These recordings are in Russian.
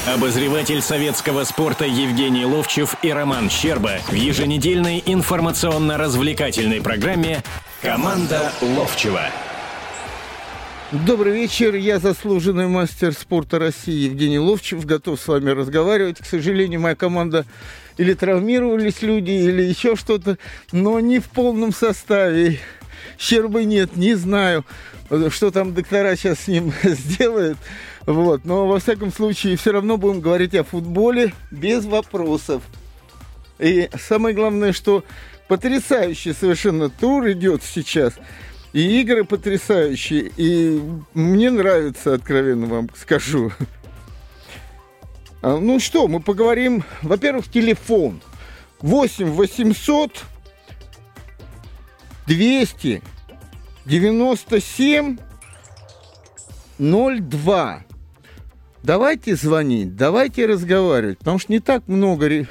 Обозреватель советского спорта Евгений Ловчев и Роман Щерба в еженедельной информационно-развлекательной программе «Команда Ловчева». Добрый вечер, я заслуженный мастер спорта России Евгений Ловчев, готов с вами разговаривать. К сожалению, моя команда или травмировались люди, или еще что-то, но не в полном составе. Щербы нет, не знаю, что там доктора сейчас с ним сделают. Вот. Но, во всяком случае, все равно будем говорить о футболе без вопросов. И самое главное, что потрясающий совершенно тур идет сейчас. И игры потрясающие. И мне нравится, откровенно вам скажу. Ну что, мы поговорим. Во-первых, телефон. 8 800 200 97 02. Давайте звонить, давайте разговаривать, потому что не так много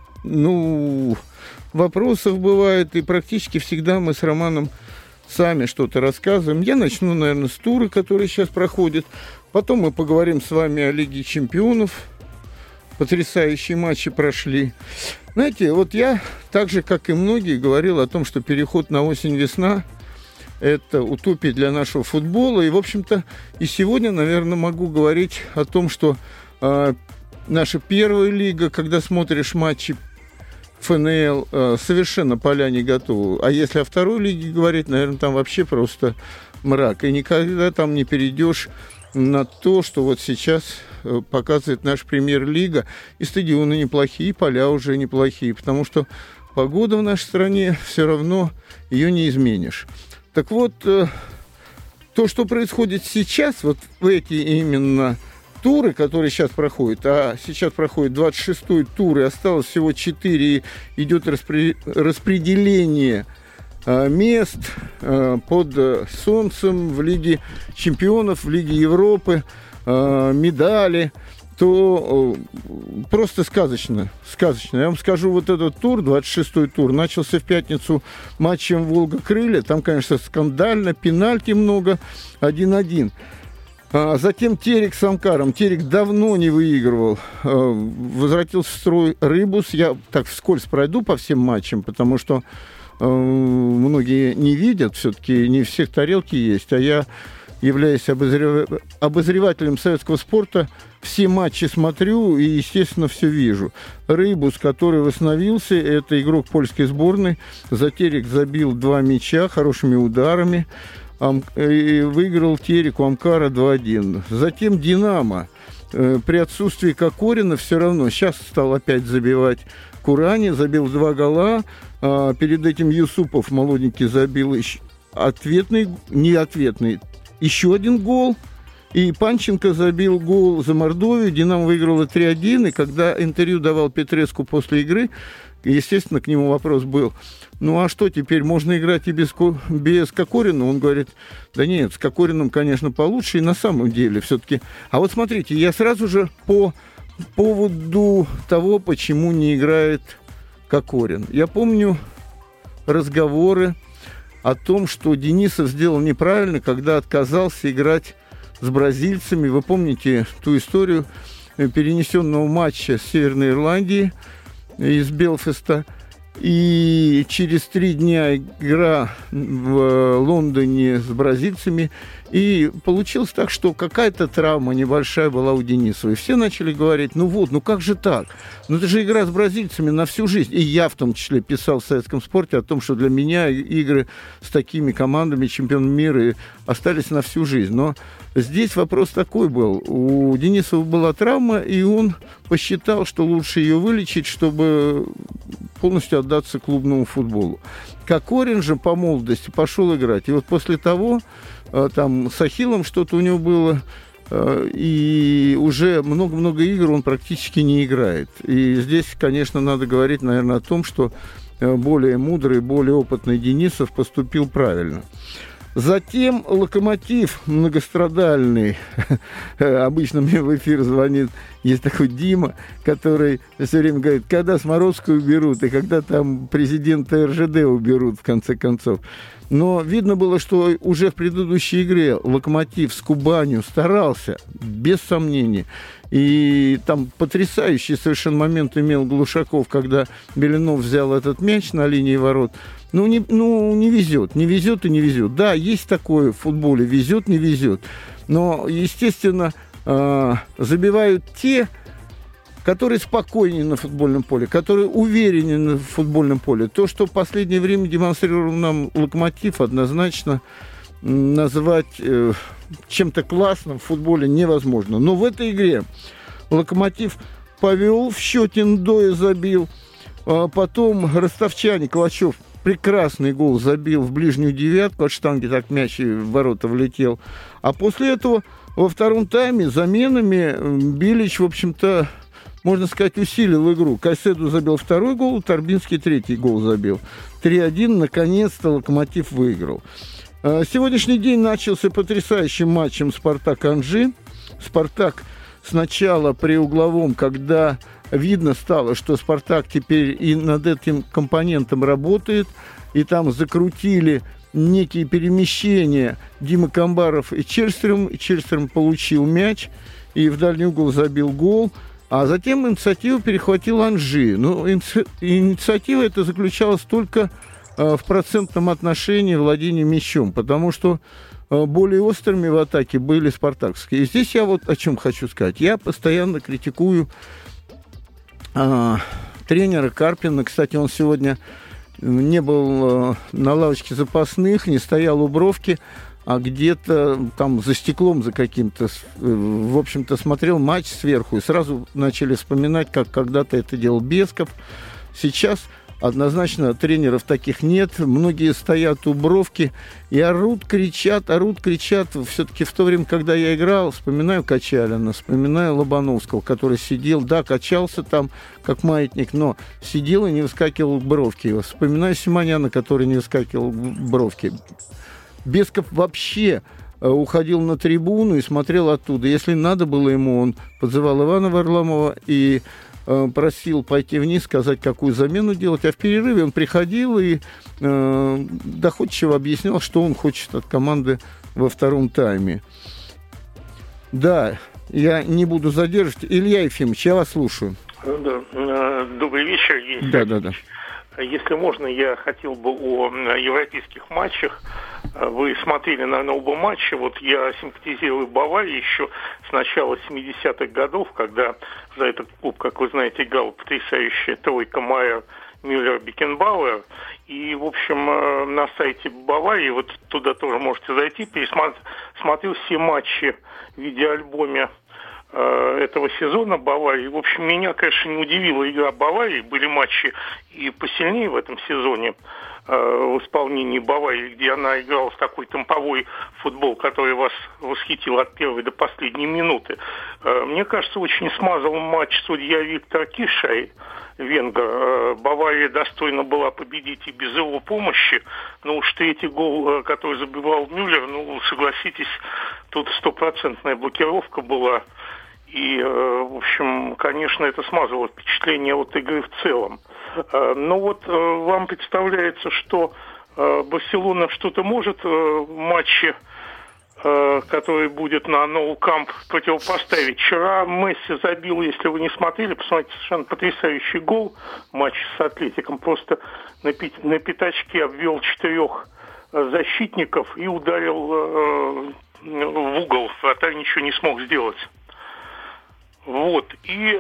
вопросов бывает, и практически всегда мы с Романом сами что-то рассказываем. Я начну, наверное, с тура, который сейчас проходит. Потом мы поговорим с вами о Лиге чемпионов. Потрясающие матчи прошли. Знаете, вот я, так же, как и многие, говорил о том, что переход на осень-весна – это утопия для нашего футбола. И, в общем-то, и сегодня, наверное, могу говорить о том, что наша первая лига, когда смотришь матчи ФНЛ, совершенно поля не готовы. А если о второй лиге говорить, наверное, там вообще просто мрак. И никогда там не перейдешь на то, что вот сейчас показывает наша премьер-лига. И стадионы неплохие, и поля уже неплохие, потому что погода в нашей стране все равно ее не изменишь. Так вот, то, что происходит сейчас, вот в эти именно туры, которые сейчас проходят, а сейчас проходит 26-й тур, и осталось всего 4, идет распределение мест под солнцем в Лиге чемпионов, в Лиге Европы, медали, то просто сказочно. Я вам скажу, вот этот тур, 26-й тур, начался в пятницу матчем «Волга-Крылья». Там, конечно, скандально, пенальти много, 1-1. Затем Терек с Амкаром. Терек давно не выигрывал. Возвратился в строй Рыбус. Я так вскользь пройду по всем матчам, потому что многие не видят. Все-таки не всех тарелки есть. А я, являясь обозревателем советского спорта, все матчи смотрю и, естественно, все вижу. Рыбус, который восстановился, это игрок польской сборной. За Терек забил 2 мяча хорошими ударами. И выиграл Терек у Амкара 2-1. Затем «Динамо». При отсутствии Кокорина все равно. Сейчас стал опять забивать Курани. Забил 2 гола. Перед этим Юсупов, молоденький, забил еще один гол. И Панченко забил гол за Мордовию. «Динамо» выиграла 3-1. И когда интервью давал Петреску после игры, естественно, к нему вопрос был: ну а что теперь, можно играть и без Кокорина? Он говорит: да нет, с Кокориным, конечно, получше, и на самом деле все-таки. А вот смотрите, я сразу же по поводу того, почему не играет Кокорин. Я помню разговоры о том, что Денисов сделал неправильно, когда отказался играть с бразильцами. Вы помните ту историю перенесенного матча с Северной Ирландии из Белфаста. И через 3 дня игра в Лондоне с бразильцами. И получилось так, что какая-то травма небольшая была у Денисова. И все начали говорить: ну как же так? Ну это же игра с бразильцами на всю жизнь. И я в том числе писал в советском спорте о том, что для меня игры с такими командами, чемпионами мира, остались на всю жизнь. Но здесь вопрос такой был. У Денисова была травма, и он посчитал, что лучше ее вылечить, чтобы полностью отдаться клубному футболу. Кокорин же по молодости пошел играть. И вот после того, там с ахиллом что-то у него было, и уже много-много игр он практически не играет. И здесь, конечно, надо говорить, наверное, о том, что более мудрый, более опытный Денисов поступил правильно. Затем «Локомотив» многострадальный. Обычно мне в эфир звонит, есть такой Дима, который все время говорит, когда Смородскую уберут и когда там президента РЖД уберут, в конце концов. Но видно было, что уже в предыдущей игре «Локомотив» с Кубанью старался, без сомнений. И там потрясающий совершенно момент имел Глушаков, когда Беленов взял этот мяч на линии ворот. Не везет, не везет и не везет. Да, есть такое в футболе, везет, не везет. Но, естественно, забивают те, которые спокойнее на футбольном поле, которые увереннее на футбольном поле. То, что в последнее время демонстрировал нам «Локомотив», однозначно назвать чем-то классным в футболе невозможно. Но в этой игре «Локомотив» повел, в счете Ндоя забил, потом ростовчане, Калачев, прекрасный гол забил в ближнюю девятку, от штанги так мяч и в ворота влетел. А после этого во втором тайме заменами Билич, в общем-то, можно сказать, усилил игру. Кайседу забил второй гол, Торбинский третий гол забил. 3-1, наконец-то «Локомотив» выиграл. Сегодняшний день начался потрясающим матчем «Спартак-Анжи». «Спартак» сначала при угловом, когда видно стало, что «Спартак» теперь и над этим компонентом работает, и там закрутили некие перемещения Дима Камбаров и Чельстрем. Чельстрем получил мяч и в дальний угол забил гол. А затем инициативу перехватил Анжи. Но инициатива эта заключалась только в процентном отношении владения мячом, потому что более острыми в атаке были спартаковские. И здесь я вот о чем хочу сказать. Я постоянно критикую тренера Карпина. Кстати, он сегодня не был на лавочке запасных, не стоял у бровки, а где-то там за стеклом, за каким-то, в общем-то, смотрел матч сверху. И сразу начали вспоминать, как когда-то это делал Бесков. Сейчас однозначно тренеров таких нет. Многие стоят у бровки и орут, кричат. Все-таки в то время, когда я играл, вспоминаю Качалина, вспоминаю Лобановского, который сидел, да, качался там, как маятник, но сидел и не выскакивал к бровке. Вспоминаю Симоняна, который не выскакивал к бровке. Бесков вообще уходил на трибуну и смотрел оттуда. Если надо было ему, он подзывал Ивана Варламова и просил пойти вниз, сказать, какую замену делать. А в перерыве он приходил и доходчиво объяснял, что он хочет от команды во втором тайме. Да, я не буду задерживать. Илья Ефимович, я вас слушаю. Да. Добрый вечер, Евгений Сергеевич. Да. Если можно, я хотел бы о европейских матчах. Вы смотрели, наверное, оба матча. Вот я симпатизирую Баварии еще с начала 70-х годов, когда за этот клуб, как вы знаете, играла потрясающая тройка Майер, Мюллер, Бекенбауэр. И, в общем, на сайте Баварии, вот туда тоже можете зайти, пересмотрел все матчи в видеоальбоме этого сезона Баварии. В общем, меня, конечно, не удивила игра Баварии. Были матчи и посильнее в этом сезоне в исполнении Баварии, где она играла в такой темповой футбол, который вас восхитил от первой до последней минуты. Мне кажется, очень смазал матч судья Виктор Кишай, венгер. Бавария достойна была победить и без его помощи. Но уж третий гол, который забивал Мюллер, согласитесь, тут стопроцентная блокировка была. И, в общем, конечно, это смазывало впечатление от игры в целом. Но вот вам представляется, что Барселона что-то может в матче, который будет на Nou Camp, противопоставить. Вчера Месси забил, если вы не смотрели, посмотрите, совершенно потрясающий гол в матче с Атлетиком. Просто на пятачке обвел 4 защитников и ударил в угол. Вратарь ничего не смог сделать. Вот. И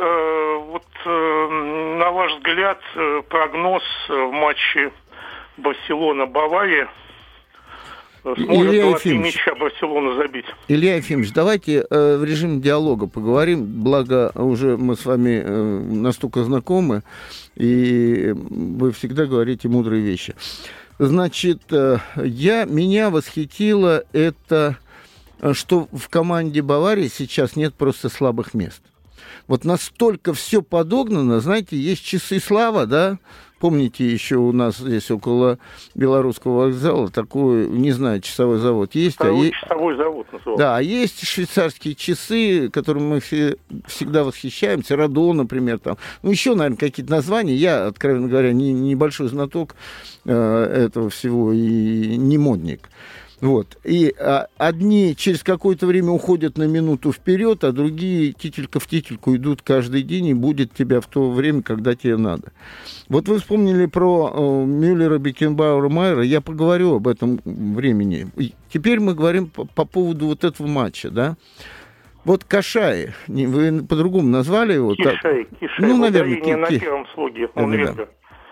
на ваш взгляд, прогноз в матче Барселона-Бавария, сможет 2 мяча Барселона забить? Илья Ефимович, давайте в режиме диалога поговорим, благо уже мы с вами настолько знакомы, и вы всегда говорите мудрые вещи. Значит, меня восхитило это, что в команде Баварии сейчас нет просто слабых мест. Вот настолько все подогнано, знаете, есть часы слава, да, помните, еще у нас здесь около Белорусского вокзала такой, не знаю, часовой завод есть. Часовой завод назывался. Да, а есть швейцарские часы, которыми мы всегда восхищаемся, Радо, например, там. Ну, еще, наверное, какие-то названия. Я, откровенно говоря, небольшой знаток этого всего и не модник. Вот. И одни через какое-то время уходят на минуту вперед, а другие тителька в тительку идут каждый день и будет тебя в то время, когда тебе надо. Вот вы вспомнили про Мюллера, Бекенбауэра, Майера. Я поговорю об этом времени. И теперь мы говорим по поводу вот этого матча, да? Вот Кашай, вы по-другому назвали его? Кишай. Ну, наверное, на первом слоге. Он венгер.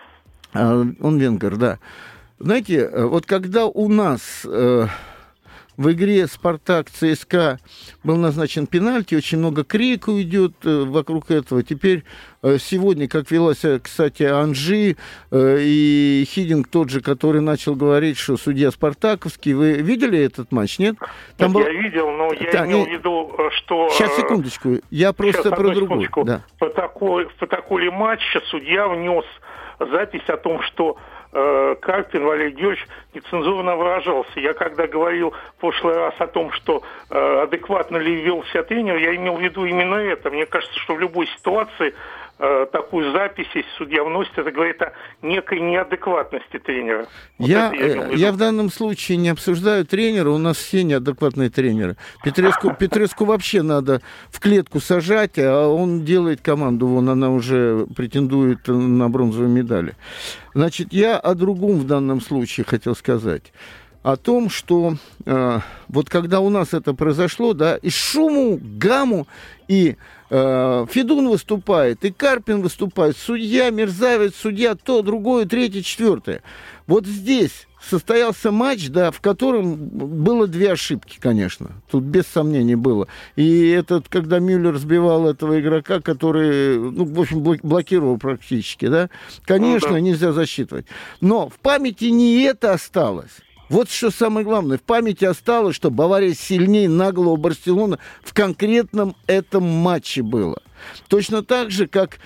Он венгер, да. Знаете, вот когда у нас в игре «Спартак-ЦСКА» был назначен пенальти, очень много крика идет вокруг этого. Теперь сегодня, как велась, кстати, Анжи и Хидинг тот же, который начал говорить, что судья спартаковский. Вы видели этот матч, нет? Там я видел, но я имел в виду, что... Сейчас, секундочку, я просто про другую. Да. В протоколе матча судья внес запись о том, что Карпин Валерий Георгиевич нецензурно выражался. Я когда говорил в прошлый раз о том, что адекватно ли вел себя тренер, я имел в виду именно это. Мне кажется, что в любой ситуации такую запись, если судья вносит, это говорит о некой неадекватности тренера. Вот я в данном случае не обсуждаю тренера, у нас все неадекватные тренеры. Петреску вообще надо в клетку сажать, а он делает команду, вон она уже претендует на бронзовые медали. Значит, я о другом в данном случае хотел сказать. О том, что вот когда у нас это произошло, да, и шуму, гамму, и Федун выступает, и Карпин выступает, судья, мерзавец, судья, то, другое, третье, четвертое. Вот здесь состоялся матч, да, в котором было две ошибки, конечно. Тут без сомнений было. И этот, когда Мюллер сбивал этого игрока, который, ну, в общем, блокировал практически, да, конечно, нельзя засчитывать. Но в памяти не это осталось. Вот что самое главное. В памяти осталось, что Бавария сильнее наглого Барселоны в конкретном этом матче было. Точно так же, как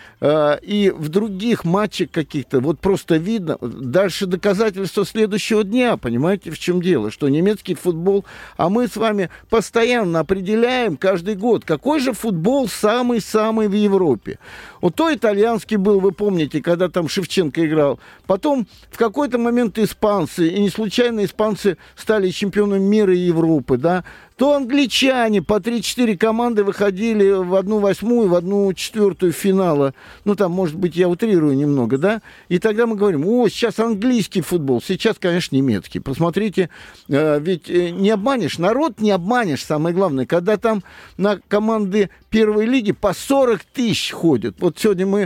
и в других матчах каких-то. Вот просто видно. Дальше доказательства следующего дня. Понимаете, в чем дело? Что немецкий футбол... А мы с вами постоянно определяем каждый год, какой же футбол самый-самый в Европе. Вот то итальянский был, вы помните, когда там Шевченко играл. Потом в какой-то момент испанцы. И не случайно испанцы стали чемпионами мира и Европы, да. То англичане по 3-4 команды выходили в 1/8, в 1/4 финала. Ну, там, может быть, я утрирую немного, да? И тогда мы говорим, сейчас английский футбол, сейчас, конечно, немецкий. Посмотрите, ведь не обманешь, народ не обманешь, самое главное. Когда там на команды первой лиги по 40 тысяч ходят. Вот сегодня мы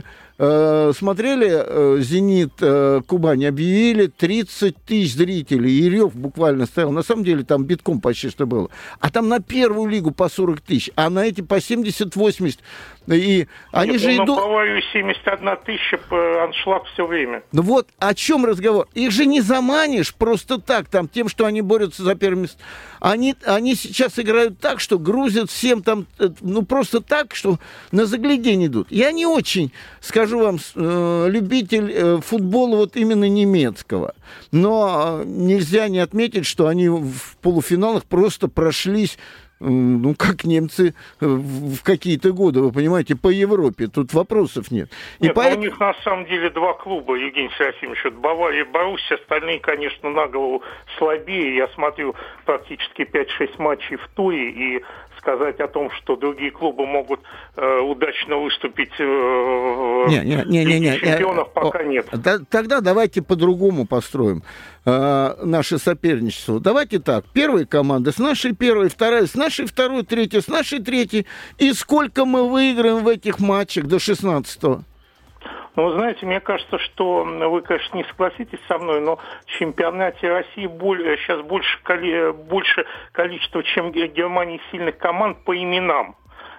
смотрели «Зенит» Кубань, объявили 30 тысяч зрителей, и рев буквально стоял. На самом деле там битком почти что было. А там на первую лигу по 40 тысяч, а на эти по 70-80. И они Нет, же идут... На Баварию 71 тысяча аншлаг все время. Ну вот о чем разговор. Их же не заманишь просто так, там, тем, что они борются за первое место. Они сейчас играют так, что грузят всем там, ну просто так, что на загляденье идут. Я не очень, скажу вам, любитель футбола вот именно немецкого. Но нельзя не отметить, что они в полуфиналах просто прошлись, ну, как немцы в какие-то годы, вы понимаете, по Европе. Тут вопросов нет. Нет, у них на самом деле два клуба, Евгений Серафимович, Бавария и Боруссия, остальные, конечно, на голову слабее. Я смотрю практически 5-6 матчей в туре, и сказать о том, что другие клубы могут удачно выступить в Лиге чемпионов, пока нет. Тогда давайте по-другому построим наше соперничество. Давайте так. Первая команда с нашей первой, вторая с нашей второй, третья с нашей третьей. И сколько мы выиграем в этих матчах до 16-го? Ну, вы знаете, мне кажется, что вы, конечно, не согласитесь со мной, но в чемпионате России сейчас больше количество, чем в Германии, сильных команд по именам.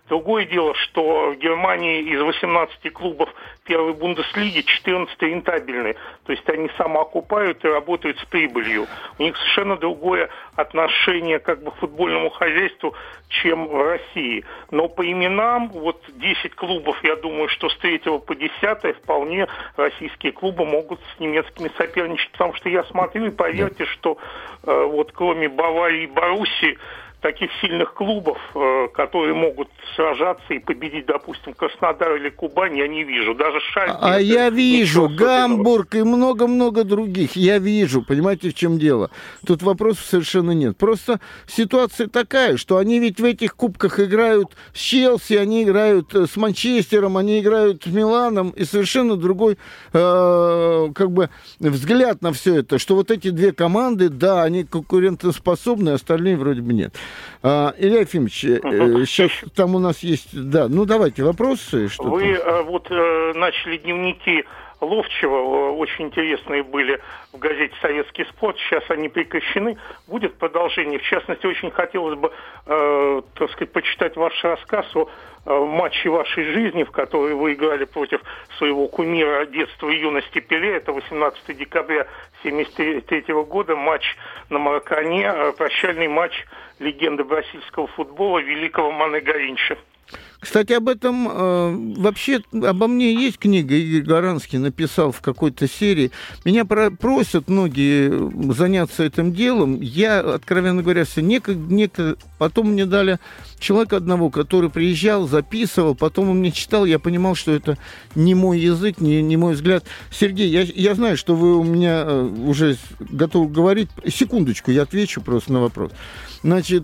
Другое дело, что в Германии из 18 клубов первой Бундеслиги 14 рентабельны. То есть они самоокупают и работают с прибылью. У них совершенно другое отношение как бы к футбольному хозяйству, чем в России. Но по именам, вот 10 клубов, я думаю, что с 3 по 10 вполне российские клубы могут с немецкими соперничать. Потому что я смотрю и поверьте, что вот кроме Баварии и Боруссии, таких сильных клубов, которые могут сражаться и победить, допустим, Краснодар или Кубань, я не вижу. Даже Шальке. А я вижу Гамбург и много-много других. Я вижу. Понимаете, в чем дело? Тут вопросов совершенно нет. Просто ситуация такая, что они ведь в этих кубках играют с Челси, они играют с Манчестером, они играют с Миланом, и совершенно другой как бы взгляд на все это, что вот эти две команды, да, они конкурентоспособны, остальные вроде бы нет. Илья Ефимович, сейчас там у нас есть... Да, ну давайте вопросы. Что вы вот начали дневники Ловчева, очень интересные были в газете «Советский спорт», сейчас они прекращены. Будет продолжение. В частности, очень хотелось бы, так сказать, почитать ваш рассказ о матче вашей жизни, в которой вы играли против своего кумира детства и юности Пеле. Это 18 декабря 1973 года, матч на Маракане, прощальный матч легенды бразильского футбола великого Мане Гаринча. Кстати, об этом вообще обо мне есть книга, Игорь Горанский написал в какой-то серии. Меня просят многие заняться этим делом. Я, откровенно говоря, все некогда. Потом мне дали человека одного, который приезжал, записывал, потом он мне читал, я понимал, что это не мой язык, не мой взгляд. Сергей, я знаю, что вы у меня уже готовы говорить. Секундочку, я отвечу просто на вопрос. Значит,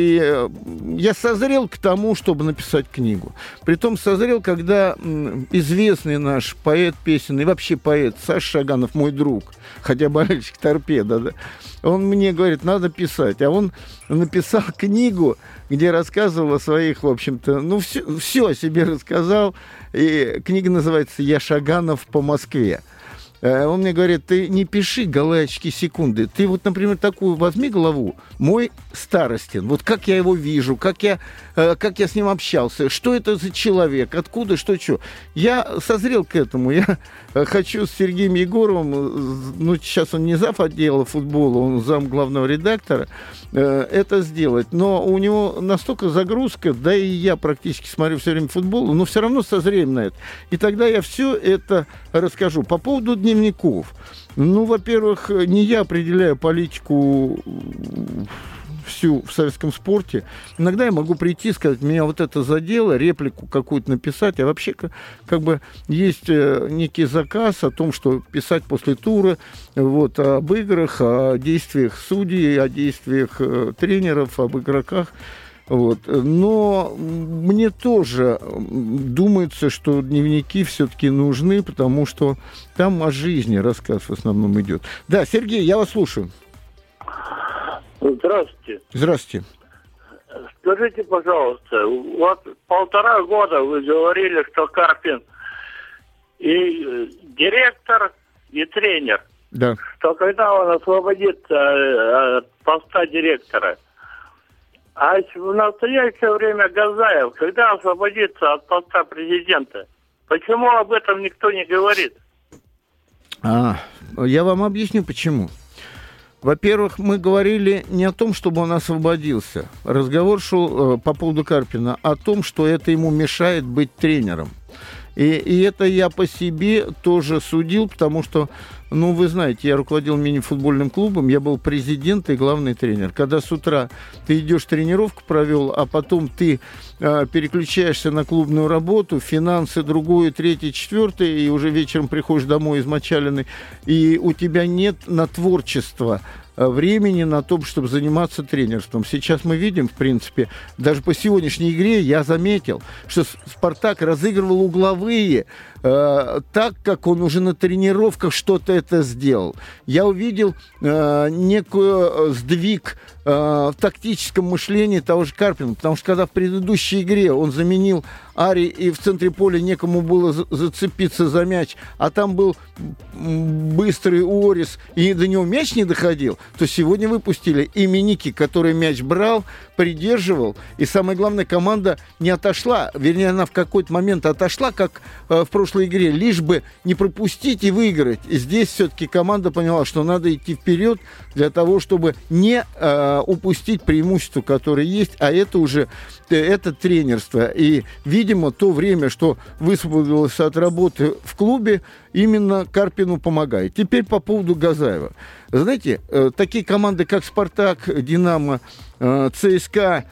я созрел к тому, чтобы написать книгу. Притом созрел, когда известный наш поэт песенный, вообще поэт Саша Шаганов, мой друг, хотя болельщик «Торпедо», да, он мне говорит, надо писать. А он написал книгу, где рассказывал о своих, в общем-то, ну, все о себе рассказал. И книга называется «Я Шаганов по Москве». Он мне говорит, ты не пиши голые очки секунды. Ты вот, например, такую возьми главу. Мой Старостин. Вот как я его вижу, как я с ним общался, что это за человек, откуда, что. Я созрел к этому. Я хочу с Сергеем Егоровым, ну, сейчас он не зав. отдела футбола, он зам главного редактора, это сделать. Но у него настолько загрузка, да и я практически смотрю все время футбол, но все равно созреем на это. И тогда я все это расскажу. По поводу дневников. Ну, во-первых, не я определяю политику всю в советском спорте. Иногда я могу прийти и сказать, меня вот это задело, реплику какую-то написать, а вообще как бы есть некий заказ о том, что писать после тура, вот, об играх, о действиях судей, о действиях тренеров, об игроках. Вот. Но мне тоже думается, что дневники все-таки нужны, потому что там о жизни рассказ в основном идет. Да, Сергей, я вас слушаю. Здравствуйте. Здравствуйте. Скажите, пожалуйста, вот 1,5 года вы говорили, что Карпин и директор, и тренер. Да. Что когда он освободится от поста директора. А в настоящее время Газаев, когда освободится от поста президента? Почему об этом никто не говорит? Я вам объясню, почему. Во-первых, мы говорили не о том, чтобы он освободился. Разговор шел по поводу Карпина о том, что это ему мешает быть тренером. И это я по себе тоже судил, потому что, ну, вы знаете, я руководил мини-футбольным клубом, я был президент и главный тренер. Когда с утра ты идешь тренировку провел, а потом ты переключаешься на клубную работу, финансы, другое, третье, четвертое, и уже вечером приходишь домой измочаленный, и у тебя нет на творчество времени на то, чтобы заниматься тренерством. Сейчас мы видим, в принципе, даже по сегодняшней игре я заметил, что «Спартак» разыгрывал угловые так, как он уже на тренировках что-то это сделал. Я увидел некую сдвиг в тактическом мышлении того же Карпина, потому что когда в предыдущей игре он заменил Ари, и в центре поля некому было зацепиться за мяч, а там был быстрый Орис, и до него мяч не доходил, то сегодня выпустили и Миники, который мяч брал, придерживал, и самое главное, команда не отошла, вернее, она в какой-то момент отошла, как в прошлой игре, лишь бы не пропустить и выиграть. И здесь все-таки команда поняла, что надо идти вперед для того, чтобы не упустить преимущество, которое есть, а это уже это тренерство. И, видимо, то время, что высвободилось от работы в клубе, именно Карпину помогает. Теперь по поводу Газаева. Знаете, такие команды, как «Спартак», «Динамо», ЦСКА,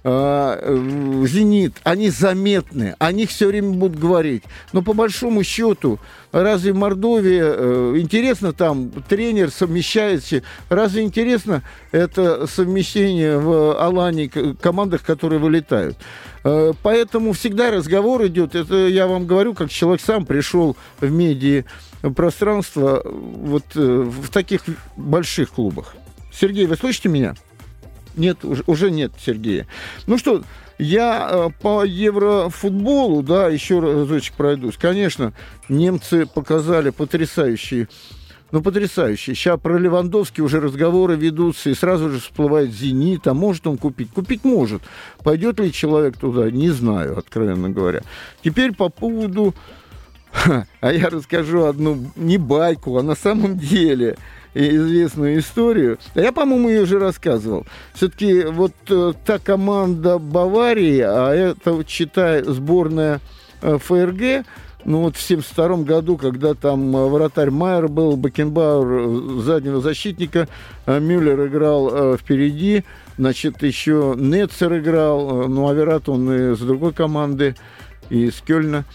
«Зенит», они заметны, о них все время будут говорить. Но по большому счету, разве в Мордовии интересно там тренер совмещается? Разве интересно это совмещение в Алании, командах, которые вылетают? Поэтому всегда разговор идет, это я вам говорю, как человек сам пришел в медиапространство вот в таких больших клубах. Сергей, вы слышите меня? Нет, уже нет Сергея. Ну что, я по еврофутболу, да, еще разочек пройдусь. Конечно, немцы показали потрясающие. Сейчас про Левандовски уже разговоры ведутся, и сразу же всплывает «Зенит», а может он купить? Купить может. Пойдет ли человек туда? Не знаю, откровенно говоря. Теперь по поводу... А я расскажу одну не байку, а на самом деле... известную историю. Я, по-моему, ее уже рассказывал. Все-таки вот та команда Баварии, а это, вот, считай, сборная ФРГ, ну вот в 1972 году, когда там вратарь Майер был, Бекенбауэр заднего защитника, Мюллер играл впереди, значит, еще Нетцер играл, ну, а Верат он из другой команды, из Кёльна.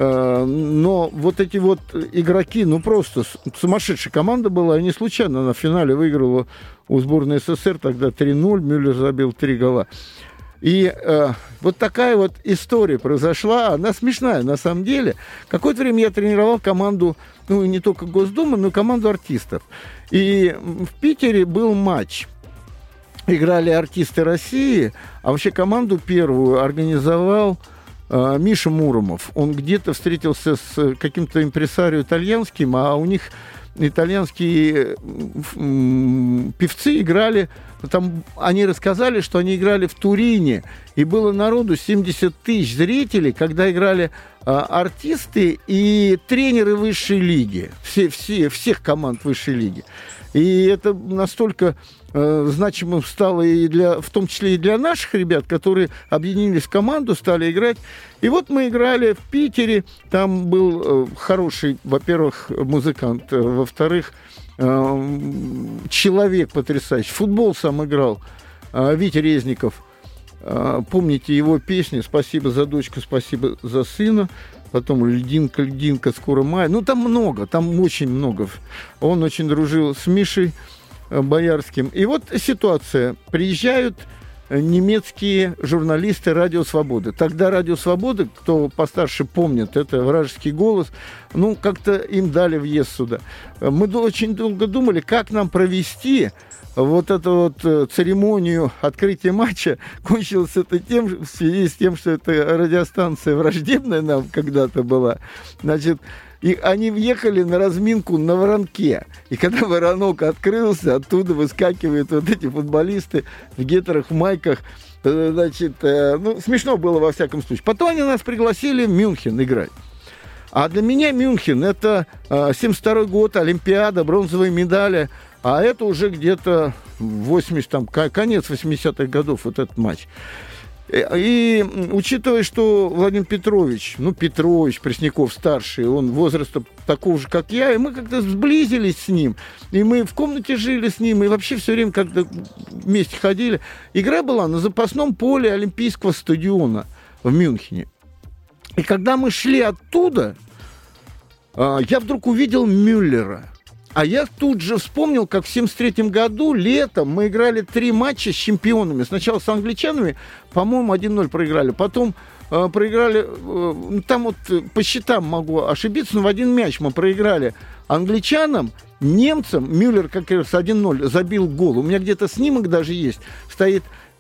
Но вот эти вот игроки, ну просто сумасшедшая команда была, и не случайно на финале выиграла у сборной СССР тогда 3-0, Мюллер забил 3 гола. И вот такая вот история произошла, она смешная на самом деле. Какое-то время я тренировал команду, ну не только Госдумы, но и команду артистов. И в Питере был матч. Играли артисты России, а вообще команду первую организовал Миша Муромов. Он где-то встретился с каким-то импресарио итальянским, а у них итальянские певцы играли, там они рассказали, что они играли в Турине, и было народу 70 тысяч зрителей, когда играли артисты и тренеры высшей лиги, всех команд высшей лиги. И это настолько значимым стало и в том числе и для наших ребят, которые объединились в команду, стали играть. И вот мы играли в Питере, там был хороший, во-первых, музыкант, во-вторых, человек потрясающий. Футбол сам играл, Витя Резников. Помните его песни «Спасибо за дочку, спасибо за сына». Потом «Льдинка, льдинка, скоро май». Ну, там много, там очень много. Он очень дружил с Мишей Боярским. И вот ситуация. Приезжают немецкие журналисты «Радио Свободы». Тогда «Радио Свободы», кто постарше помнит, это вражеский голос, ну, как-то им дали въезд сюда. Мы очень долго думали, как нам провести вот эту вот церемонию открытия матча. Кончилось это тем, в связи с тем, что эта радиостанция враждебная нам когда-то была. Значит, и они въехали на разминку на воронке. И когда воронок открылся, оттуда выскакивают вот эти футболисты в гетрах, в майках. Значит, ну, смешно было во всяком случае. Потом они нас пригласили в Мюнхен играть. А для меня Мюнхен — это 1972 год, Олимпиада, бронзовые медали. А это уже где-то 80, там, конец 80-х годов, вот этот матч. И учитывая, что Владимир Петрович, Пресняков старший, он возраста такого же, как я, и мы как-то сблизились с ним, и мы в комнате жили с ним, и вообще все время как-то вместе ходили. Игра была на запасном поле Олимпийского стадиона в Мюнхене. И когда мы шли оттуда, я вдруг увидел Мюллера. А я тут же вспомнил, как в 1973 году, летом, мы играли 3 матча с чемпионами. Сначала с англичанами, по-моему, 1-0 проиграли. Потом проиграли, там вот по счетам могу ошибиться, но в 1 мяч мы проиграли англичанам, немцам. Мюллер как раз 1-0 забил гол. У меня где-то снимок даже есть. Стоит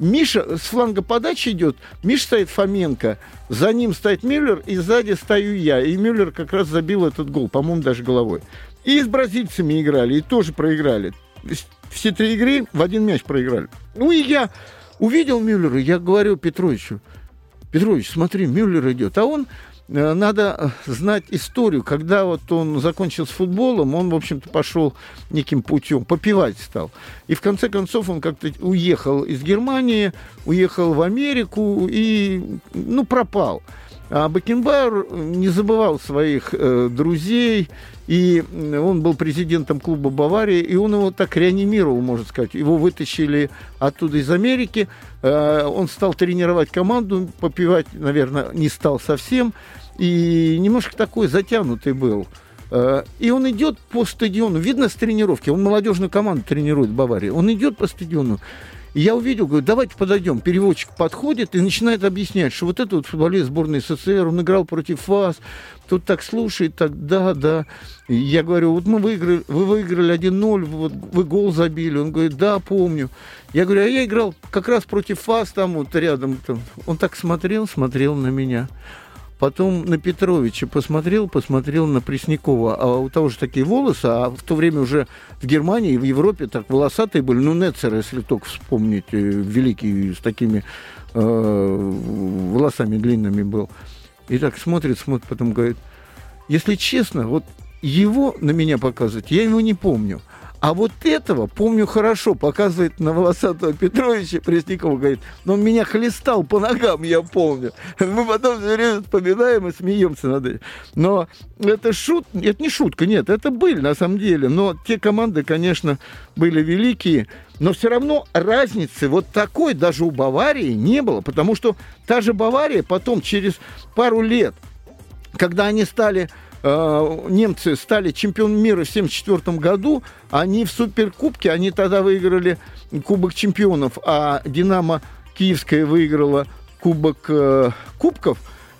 Миша с фланга подачи идет, Миша стоит Фоменко, за ним стоит Мюллер, и сзади стою я. И Мюллер как раз забил этот гол, по-моему, даже головой. И с бразильцами играли, и тоже проиграли. Все 3 игры в 1 мяч проиграли. Ну и я увидел Мюллера, я говорю Петровичу: Петрович, смотри, Мюллер идет. А он, надо знать историю, когда вот он закончил с футболом, он, в общем-то, пошел неким путем, попивать стал. И в конце концов он как-то уехал из Германии, уехал в Америку и, пропал. А Бекенбауэр не забывал своих друзей, и он был президентом клуба «Бавария», и он его так реанимировал, можно сказать. Его вытащили оттуда из Америки, он стал тренировать команду, попивать, наверное, не стал совсем, и немножко такой затянутый был. И он идет по стадиону, видно с тренировки, он молодежную команду тренирует в Баварии, он идет по стадиону. И я увидел, говорю, давайте подойдем. Переводчик подходит и начинает объяснять, что вот этот вот футболист сборной СССР, он играл против вас, тут так слушает, так, да. И я говорю, вот вы выиграли 1-0, вот вы гол забили. Он говорит, да, помню. Я говорю, а я играл как раз против вас, там вот рядом. Там. Он так смотрел на меня. Потом на Петровича посмотрел на Преснякова. А у того же такие волосы, а в то время уже в Германии и в Европе так волосатые были. Нецер, если только вспомнить, великий, с такими волосами длинными был. И так смотрит, потом говорит, если честно, вот его на меня показывать, я его не помню. А вот этого помню хорошо, показывает на волосатого Петровича Преснякова, говорит, но он меня хлестал по ногам, я помню. Мы потом все время вспоминаем и смеемся над этим. Но это не шутка, нет, это быль на самом деле. Но те команды, конечно, были великие, но все равно разницы вот такой даже у Баварии не было, потому что та же Бавария потом через пару лет, когда они немцы стали чемпионом мира в 1974 году, они в Суперкубке, они тогда выиграли Кубок чемпионов, а «Динамо» Киевская выиграла Кубок Кубков,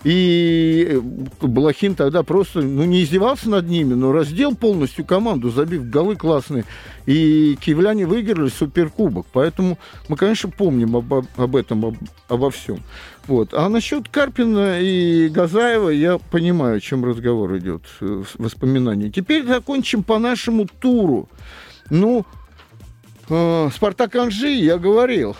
и Блохин тогда просто, не издевался над ними, но раздел полностью команду, забив голы классные, и киевляне выиграли Суперкубок, поэтому мы, конечно, помним об этом, обо всем. Вот. А насчет Карпина и Газаева я понимаю, о чем разговор идет, воспоминания. Теперь закончим по нашему туру. Спартак Анжи, я говорил.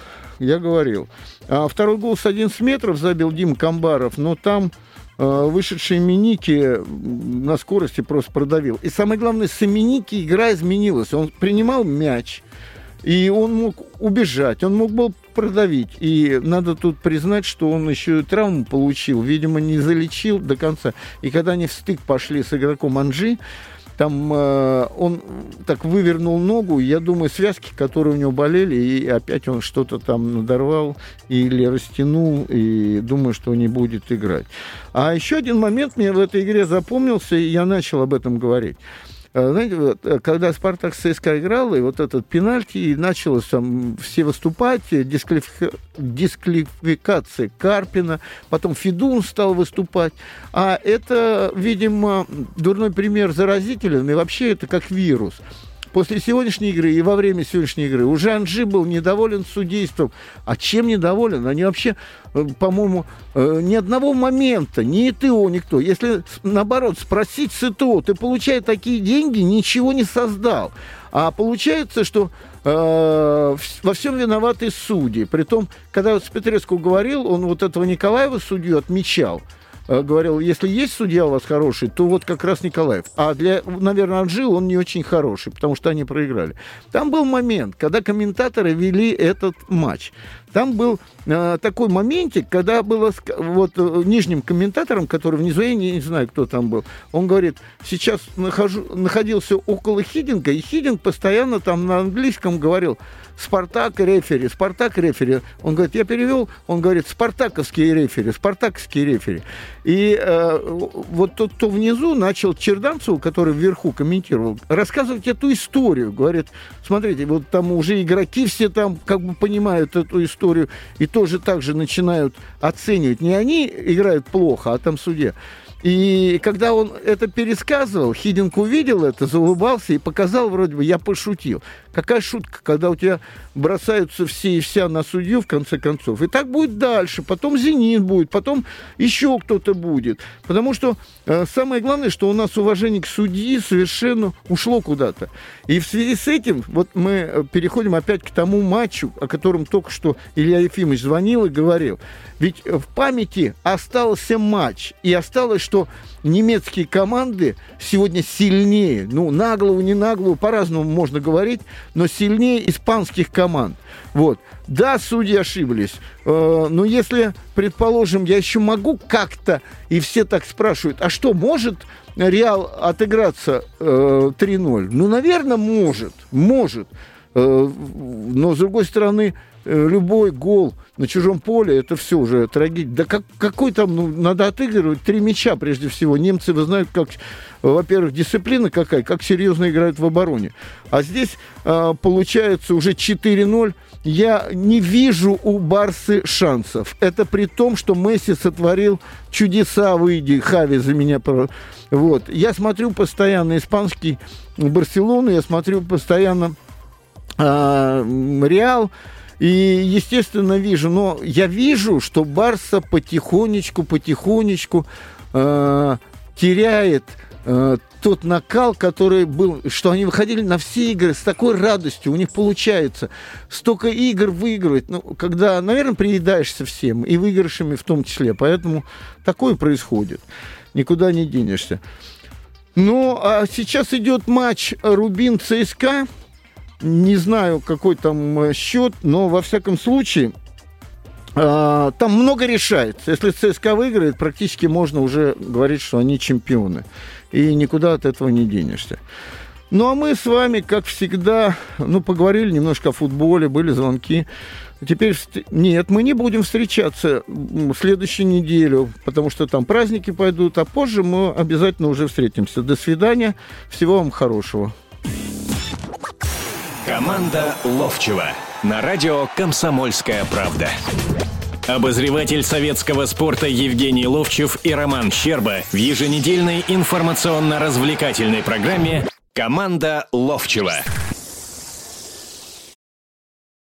А второй гол с 11 метров забил Дима Камбаров, но там вышедший Миники на скорости просто продавил. И самое главное, с Миники игра изменилась. Он принимал мяч, и он мог убежать, он мог был продавить. И надо тут признать, что он еще и травму получил, видимо, не залечил до конца. И когда они в стык пошли с игроком Анжи, там он так вывернул ногу, я думаю, связки, которые у него болели, и опять он что-то там надорвал или растянул, и думаю, что не будет играть. А еще один момент мне в этой игре запомнился, и я начал об этом говорить. Знаете, вот, когда «Спартак» с ЦСКА играл, и вот этот пенальти, и началось там все выступать, дисквалификация Карпина, потом Федун стал выступать. А это, видимо, дурной пример заразителен, и вообще это как вирус. После сегодняшней игры и во время сегодняшней игры уже Анжи был недоволен судейством. А чем недоволен? Они вообще, по-моему, ни одного момента, ни ИТО, никто. Если, наоборот, спросить с ИТО, ты, получая такие деньги, ничего не создал. А получается, что во всем виноваты судьи. Притом, когда вот Петреску говорил, он вот этого Николаева судью отмечал. Говорил, если есть судья у вас хороший, то вот как раз Николаев. А для, наверное, Анжи он не очень хороший, потому что они проиграли. Там был момент, когда комментаторы вели этот матч. Там был такой моментик, когда было вот нижним комментатором, который внизу, я не знаю, кто там был, он говорит, сейчас находился около Хидинга, и Хидинг постоянно там на английском говорил «Спартак рефери, Спартак рефери». Он говорит, я перевел, он говорит «Спартаковские рефери, Спартаковские рефери». И вот тот, кто внизу, начал Черданцеву, который вверху комментировал, рассказывать эту историю. Говорит, смотрите, вот там уже игроки все там как бы понимают эту историю и тоже так же начинают оценивать. Не они играют плохо, а там судья. И когда он это пересказывал, Хидинг увидел это, заулыбался и показал, вроде бы, я пошутил. Какая шутка, когда у тебя бросаются все и вся на судью, в конце концов. И так будет дальше. Потом «Зенит» будет, потом еще кто-то будет. Потому что самое главное, что у нас уважение к судьи совершенно ушло куда-то. И в связи с этим вот мы переходим опять к тому матчу, о котором только что Илья Ефимович звонил и говорил. Ведь в памяти остался матч. И осталось, что немецкие команды сегодня сильнее. Ну, на голову, не на голову, по-разному можно говорить, но сильнее испанских команд. Вот. Да, судьи ошиблись. Но если, предположим, я еще могу как-то, и все так спрашивают, а что, может Реал отыграться 3-0? Ну, наверное, может. Но, с другой стороны, любой гол на чужом поле, это все уже трагедия. Да какой там, надо отыгрывать 3 мяча прежде всего. Немцы, вы знаете, как, во-первых, дисциплина какая, как серьезно играют в обороне. А здесь получается уже 4-0. Я не вижу у Барсы шансов. Это при том, что Месси сотворил чудеса, выйди, Хави за меня. Вот. Я смотрю постоянно испанский Барселону, я смотрю постоянно Реал. И, естественно, но я вижу, что Барса потихонечку теряет тот накал, который был, что они выходили на все игры с такой радостью, у них получается столько игр выигрывать, когда, наверное, приедаешься всем, и выигрышами в том числе, поэтому такое происходит, никуда не денешься. Ну, а сейчас идет матч Рубин-ЦСКА. Не знаю, какой там счет, но, во всяком случае, там много решается. Если ЦСКА выиграет, практически можно уже говорить, что они чемпионы. И никуда от этого не денешься. Ну, а мы с вами, как всегда, поговорили немножко о футболе, были звонки. Теперь нет, мы не будем встречаться в следующую неделю, потому что там праздники пойдут, а позже мы обязательно уже встретимся. До свидания, всего вам хорошего. Команда Ловчева на радио «Комсомольская правда». Обозреватель советского спорта Евгений Ловчев и Роман Щерба в еженедельной информационно-развлекательной программе «Команда Ловчева».